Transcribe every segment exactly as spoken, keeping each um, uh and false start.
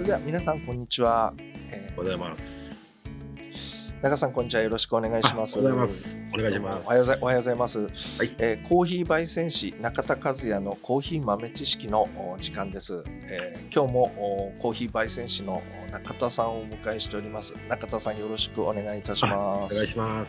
れでは皆さんこんにちは。 えー、おはようございます。 中さんこんにちは。よろしくお願いします。 おはようございます。お願いします。 おはようございます。はい、 えー、コーヒー焙煎士中田和也のコーヒー豆知識の時間です。えー、今日もコーヒー焙煎士の中田さんをお迎えしております。中田さんよろしくお願いいたします。 お願いします。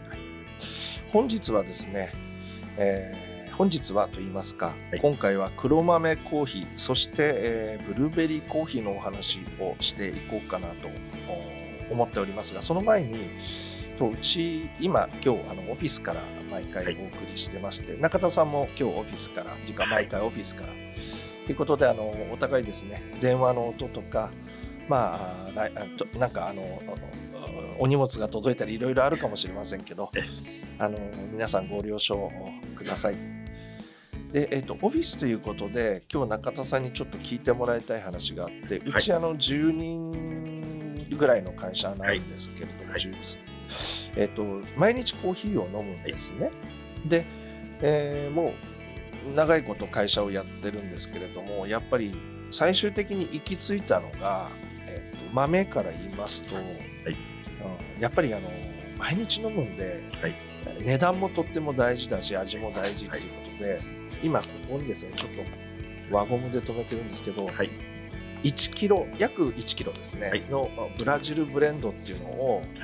はい、本日はですね、えー本日はと言いますか、はい、今回は黒豆コーヒー、そして、えー、ブルーベリーコーヒーのお話をしていこうかなと思っておりますが、その前にとうち今今日あのオフィスから毎回お送りしてまして、はい、中田さんも今日オフィスからっていうか毎回オフィスから、はい、ということであのお互いですね、電話の音とかまあなんかあのお荷物が届いたりいろいろあるかもしれませんけど、あの皆さんご了承ください。でえー、とオフィスということで今日中田さんにちょっと聞いてもらいたい話があって、うちあのじゅうにんぐらいの会社なんですけれども、はい、えー、と毎日コーヒーを飲むんですね。で、えー、もう長いこと会社をやってるんですけれども、やっぱり最終的に行き着いたのが、えー、と豆から言いますと、はい、うん、やっぱりあの毎日飲むんで、はい、値段もとっても大事だし味も大事ということで、はい、今ここにですねちょっと輪ゴムで留めてるんですけど、はい、いちキロ約いちキロですね、はい、のブラジルブレンドっていうのを、はい、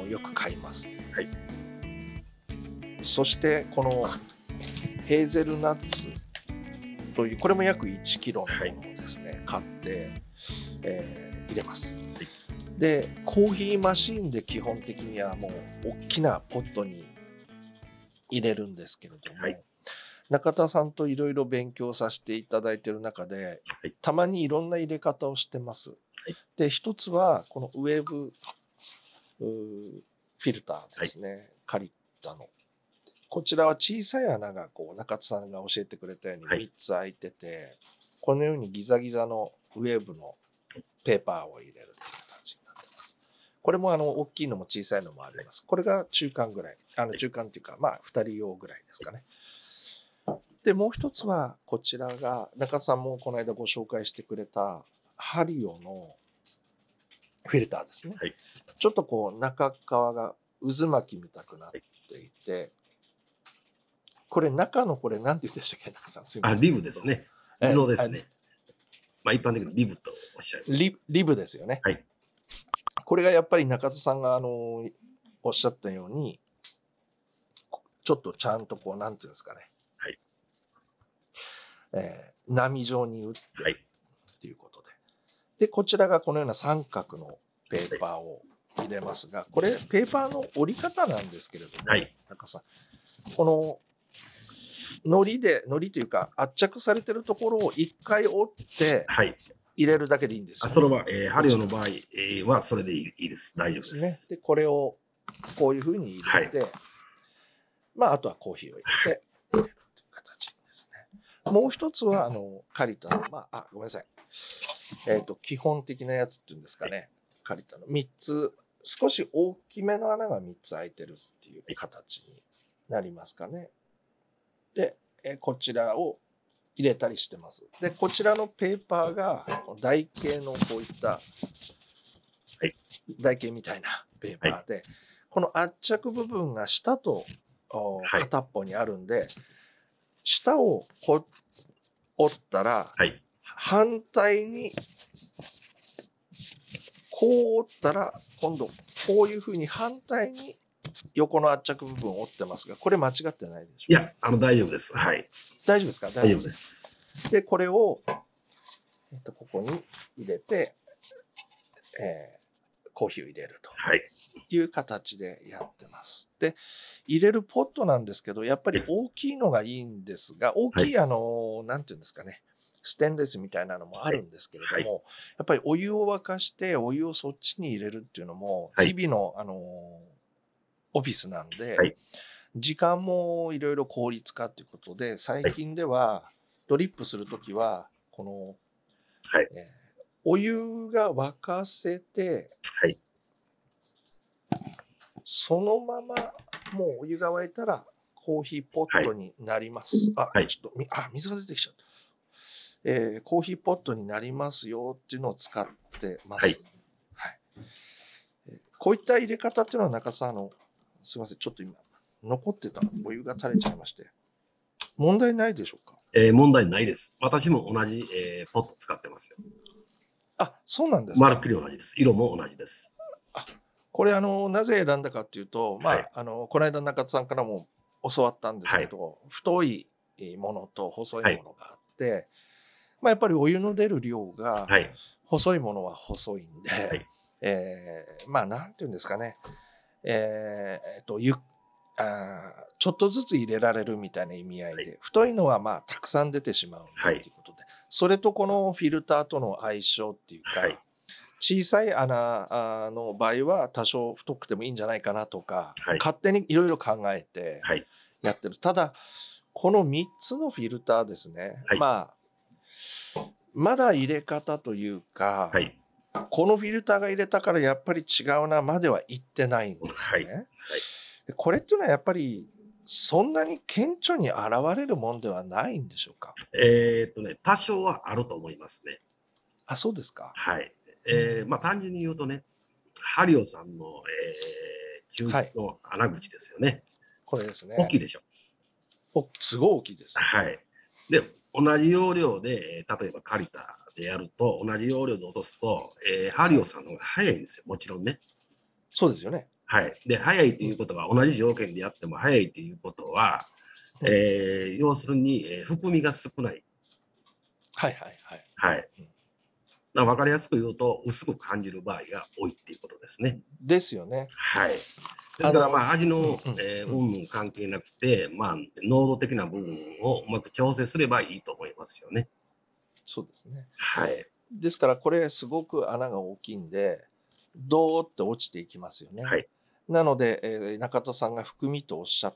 よく買います、はい、そしてこのヘーゼルナッツというこれも約いちキロのものをですね、はい、買って、えー、入れます、はい、でコーヒーマシーンで基本的にはもう大きなポットに入れるんですけれども、はい、中田さんといろいろ勉強させていただいている中で、はい、たまにいろんな入れ方をしてます。はい、で一つはこのウェーブフィルターですね、はい、カリッタのこちらは小さい穴がこう中田さんが教えてくれたようにみっつ開いてて、はい、このようにギザギザのウェーブのペーパーを入れるという形になってます。これもあの大きいのも小さいのもあります。これが中間ぐらい、あの中間っていうかまあふたり用ぐらいですかね。でもう一つはこちらが中田さんもこの間ご紹介してくれたハリオのフィルターですね、はい、ちょっとこう中側が渦巻きみたくなっていて、これ中のこれ何て言うんでしたっけ、中田さん。すいません。 あ、リブですね。溝ですね。まあ一般的にリブとおっしゃいます。 リ, リブですよね。はい。これがやっぱり中田さんがあのおっしゃったようにちょっとちゃんとこうなんていうんですかね。えー、波状に打ってということで、はい、でこちらがこのような三角のペーパーを入れますが、これペーパーの折り方なんですけれども、はい、中さんこの糊で糊というか圧着されてるところを一回折って入れるだけでいいんですよ、ね。 はい、あそれは、えー、ハリオの場合、えー、はそれでいいです。大丈夫です。 ね、でこれをこういうふうに入れて、はい、まああとはコーヒーを入れて入れるという形。もう一つはあのカリタの、まあ、あごめんなさい、えーと、基本的なやつっていうんですかね、カリタのみっつ、少し大きめの穴がみっつ開いてるっていう形になりますかね。で、えー、こちらを入れたりしてます。でこちらのペーパーが台形のこういった台形みたいなペーパーで、はい、この圧着部分が下と片っぽにあるんで、はい、下をこ折ったら、はい、反対にこう折ったら今度こういうふうに反対に横の圧着部分を折ってますが、これ間違ってないでしょうか。 いや、あの大丈夫です。はい。 大丈夫ですか。 大丈夫です。 でこれを、えっと、ここに入れて、えーコーヒーを入れるという形でやってます。で入れるポットなんですけど、やっぱり大きいのがいいんですが、大きいあのなんていうんですかね、ステンレスみたいなのもあるんですけれども、やっぱりお湯を沸かしてお湯をそっちに入れるっていうのも日々のあのオフィスなんで時間もいろいろ効率化ということで、最近ではドリップするときはこの、はいえー、お湯が沸かせて、はい、そのままもうお湯が沸いたらコーヒーポットになります。はい、あ、ちょっとあ水が出てきちゃった。 えー、コーヒーポットになりますよっていうのを使ってます。 はい。 はい。こういった入れ方っていうのは中田さん、あの、すいません、ちょっと今、残ってたお湯が垂れちゃいまして、問題ないでしょうか？ えー、問題ないです。私も同じ、えー、ポット使ってますよ。 あ、そうなんですか。 まるっきり同じです。色も同じです。 あ、これあの、なぜ選んだかっていうと、まあ、はい、あの、この間中田さんからも教わったんですけど、はい、太いものと細いものがあって、はい、まあ、やっぱりお湯の出る量が、細いものは細いんで、はい、えー、まあ、なんていうんですかね、えー、えっと、ゆあちょっとずつ入れられるみたいな意味合いで、はい、太いのはまあたくさん出てしまうんだということで、はい、それとこのフィルターとの相性っていうか、はい、小さい穴の場合は多少太くてもいいんじゃないかなとか、はい、勝手にいろいろ考えてやってる、はい、ただこのみっつのフィルターですね、はい、まあまだ入れ方というか、はい、このフィルターが入れたからやっぱり違うなまでは言ってないんですね、はいはい、これっていうのはやっぱりそんなに顕著に現れるもんではないんでしょうか？ えーっとね、多少はあると思いますね。 あ、そうですか。 はい。えー、まあ単純に言うとね、ハリオさんの、えー、中期の穴口ですよね、はい。 これですね。 大きいでしょ。 お、すごい大きいです。 はい。で、同じ容量で、例えば借りたでやると、同じ容量で落とすと、えー、ハリオさんの方が早いんですよ、もちろんね。 そうですよね。 はい。で、早いということは、同じ条件でやっても早いということは、うん、えー、要するに、えー、含みが少ない。 はいはいはい。 はい。うん、分かりやすく言うと、薄く感じる場合が多いっていうことですね。 ですよね。 はい。ですから、まあ、味の、うん、えー、うん、関係なくて、まあ、濃度的な部分をうまく調整すればいいと思いますよね。 そうですね。 はい。 ですから、これすごく穴が大きいんで、ドーって落ちていきますよね。はい。なので、えー、中田さんが含みとおっしゃった、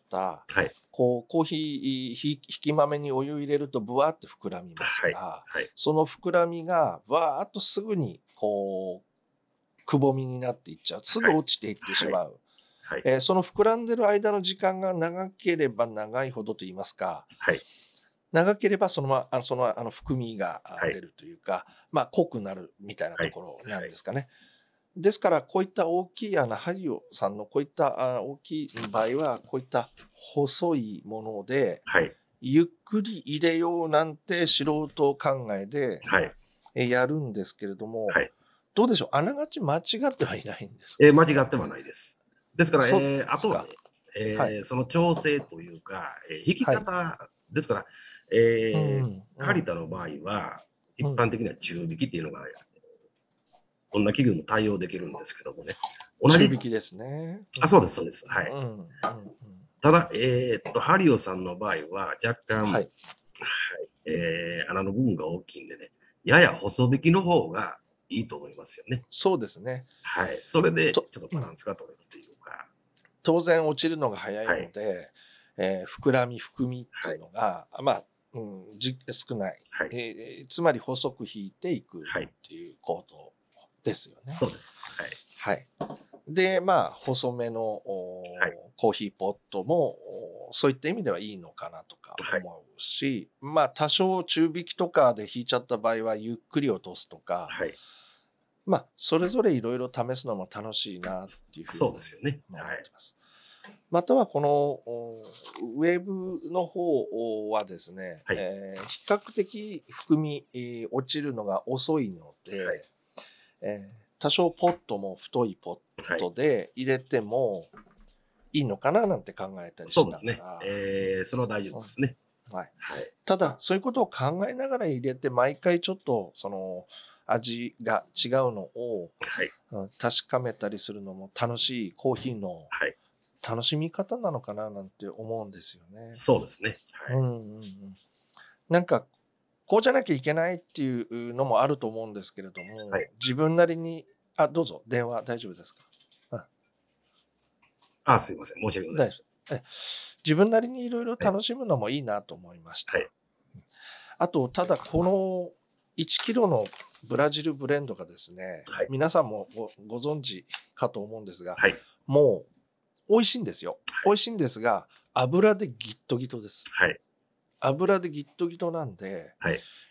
はい、こうコーヒー引き豆にお湯入れるとブワーって膨らみますが、はいはい、その膨らみがわーっとすぐにこうくぼみになっていっちゃう、すぐ落ちていってしまう、はいはいえー、その膨らんでる間の時間が長ければ長いほどといいますか、はい、長ければそのまあそのあの含みが出るというか、はい、まあ濃くなるみたいなところなんですかね。はいはいですから、こういった大きい穴、ハリオさんのこういった大きい場合は、こういった細いもので、はい、ゆっくり入れようなんて素人考えでやるんですけれども、はい、どうでしょう、あながち間違ってはいないんですか？ えー、間違ってはないです。ですから、えー、あとはね、えーはい、その調整というか、えー、引き方、はい、ですから、えーうん、カリタの場合は、一般的には中引きっていうのが、こんな器具も対応できるんですけどもね。 同じ。中引きですね。 あ、そうです、そうです。はい。うんうんうん、ただ、えー、っと、ハリオさんの場合は、若干、はい、はい、えー、穴の部分が大きいんでね、やや細引きの方がいいと思いますよね。 そうですね。 はい。それで、ちょっとバランスが取れるというか。 当然落ちるのが早いので、はいえー、膨らみ、含みっていうのが、はい、まあ、うん、じ少ない、はいえー。つまり細く引いていくっていうことですよね。 そうです。はい。 はい。で、まあ、細めの、はい、コーヒーポットも、そういった意味ではいいのかなとか思うし、はい、まあ、多少中引きとかで引いちゃった場合は、ゆっくり落とすとか、はい、まあ、それぞれいろいろ試すのも楽しいなっていうふうに思ってます。 そうですよね。はい、 または、このウェーブの方はですね、はいえー、比較的含み、えー、落ちるのが遅いので、はいえー多少ポットも太いポットで入れてもいいのかななんて考えたりしながら。 そうですね。えー、それは大丈夫ですね。 はいはい、ただ、そういうことを考えながら入れて、毎回ちょっとその味が違うのを確かめたりするのも楽しいコーヒーの楽しみ方なのかななんて思うんですよね。 そうですね。はい、うんうんうん、なんかこうじゃなきゃいけないっていうのもあると思うんですけれども、はい、自分なりに、あ、どうぞ、電話大丈夫ですか？ あ, あすいません、申し訳ございません。 自分なりにいろいろ楽しむのもいいなと思いました。はい、あと、ただこのいちキロのブラジルブレンドがですね、はい、皆さんも ご, ご存知かと思うんですが、はい、もう美味しいんですよ。はい、美味しいんですが、油でギットギトです。はい油でギットギトなんで、はい、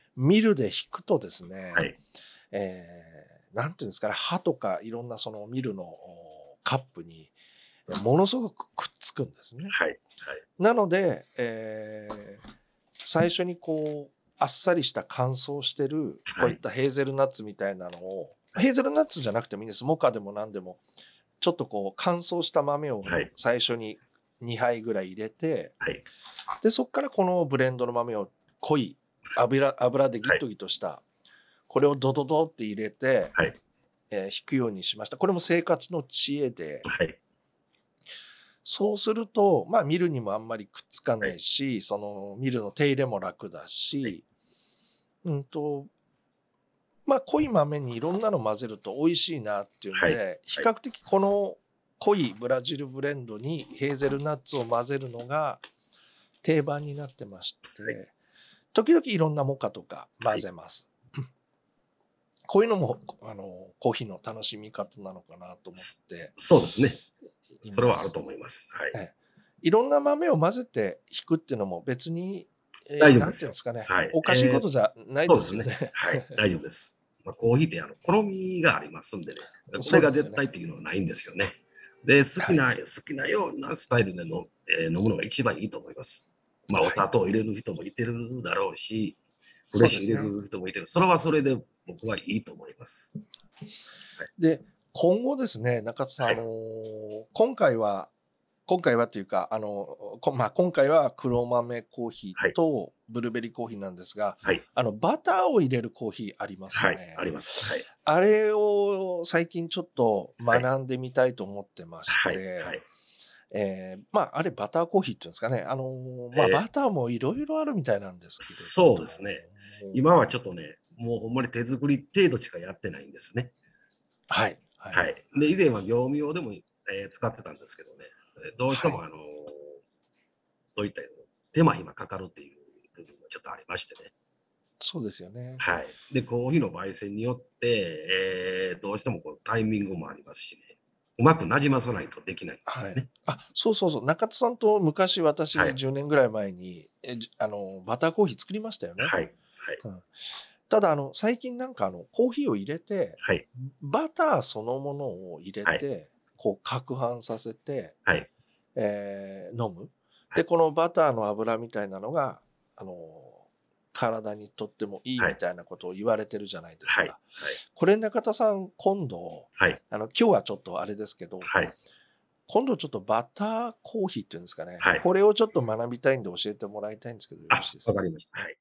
ミルで引くとですね、 はい。 えー、なんていうんですかね、刃とかいろんなそのミルのカップにものすごくくっつくんですね。 はい。はい。 なので、えー、最初にこう、あっさりした乾燥してる、こういったヘーゼルナッツみたいなのを、はい、ヘーゼルナッツじゃなくてもいいんです。モカでも何でも、ちょっとこう乾燥した豆を最初ににはいぐらい入れて、はい、で、そこからこのブレンドの豆を濃い油、油でギットギトした、はい、これをドドドって入れて、はい、えー、引くようにしました。これも生活の知恵で、はい、そうすると、まあ、ミルにもあんまりくっつかないし、はい、そのミルの手入れも楽だし、はい、うんと、まあ、濃い豆にいろんなの混ぜると美味しいなっていうんで、はい、比較的この濃いブラジルブレンドにヘーゼルナッツを混ぜるのが定番になってまして、はい、時々いろんなモカとか混ぜます。はい、こういうのもあのコーヒーの楽しみ方なのかなと思って。 そうですね。それはあると思います。はい。 はい、いろんな豆を混ぜて引くっていうのも別に、 えー、大丈夫ですよ。 なんていうんですかね、 はい、 おかしいことじゃないですよね。 えー、そうですね。はい、大丈夫です。まあ、コーヒーってあの好みがありますんでね、これが絶対っていうのはないんですよね。で、好きな、はい、好きなようなスタイルでの、えー、飲むのが一番いいと思います。まあ、お砂糖を入れる人もいてるだろうし、フレッシュ入れる人もいてる。それはそれで僕はいいと思います。 はい、で、今後ですね、中津さん、はい、あのー、今回は、今回はというか、あの、まあ、今回は黒豆コーヒーとブルーベリーコーヒーなんですが、はい、あの、バターを入れるコーヒーありますよね。 はい、あります。はい、 あれを最近ちょっと学んでみたいと思ってまして、はいはい、えー、まあ、あれバターコーヒーっていうんですかね。あの、まあ、バターもいろいろあるみたいなんですけど、えー、そうですね。今はちょっとね、もうほんまに手作り程度しかやってないんですね。 はい。 はい。はい、で、以前は業務用でも、えー、使ってたんですけどね、どうしても、はい、あの、そういった手間暇かかるっていう部分がちょっとありましてね。 そうですよね。 はい。で、コーヒーの焙煎によって、えー、どうしてもこうタイミングもありますしね、うまくなじまさないとできないんですよね。 はい、あ、そうそうそう。中田さんと昔私、はい、じゅうねんぐらい前にえあのバターコーヒー作りましたよね。 はい。はい、 うん、ただあの最近なんかあのコーヒーを入れて、はい、バターそのものを入れて、はい、こう攪拌させて、はい、えー、飲む。で、このバターの油みたいなのがあの体にとってもいいみたいなことを言われてるじゃないですか。はいはい、これ中田さん今度、はい、あの今日はちょっとあれですけど、はい、今度ちょっとバターコーヒーっていうんですかね、はい、これをちょっと学びたいんで教えてもらいたいんですけど、よろしいですか。 わかりました。はい。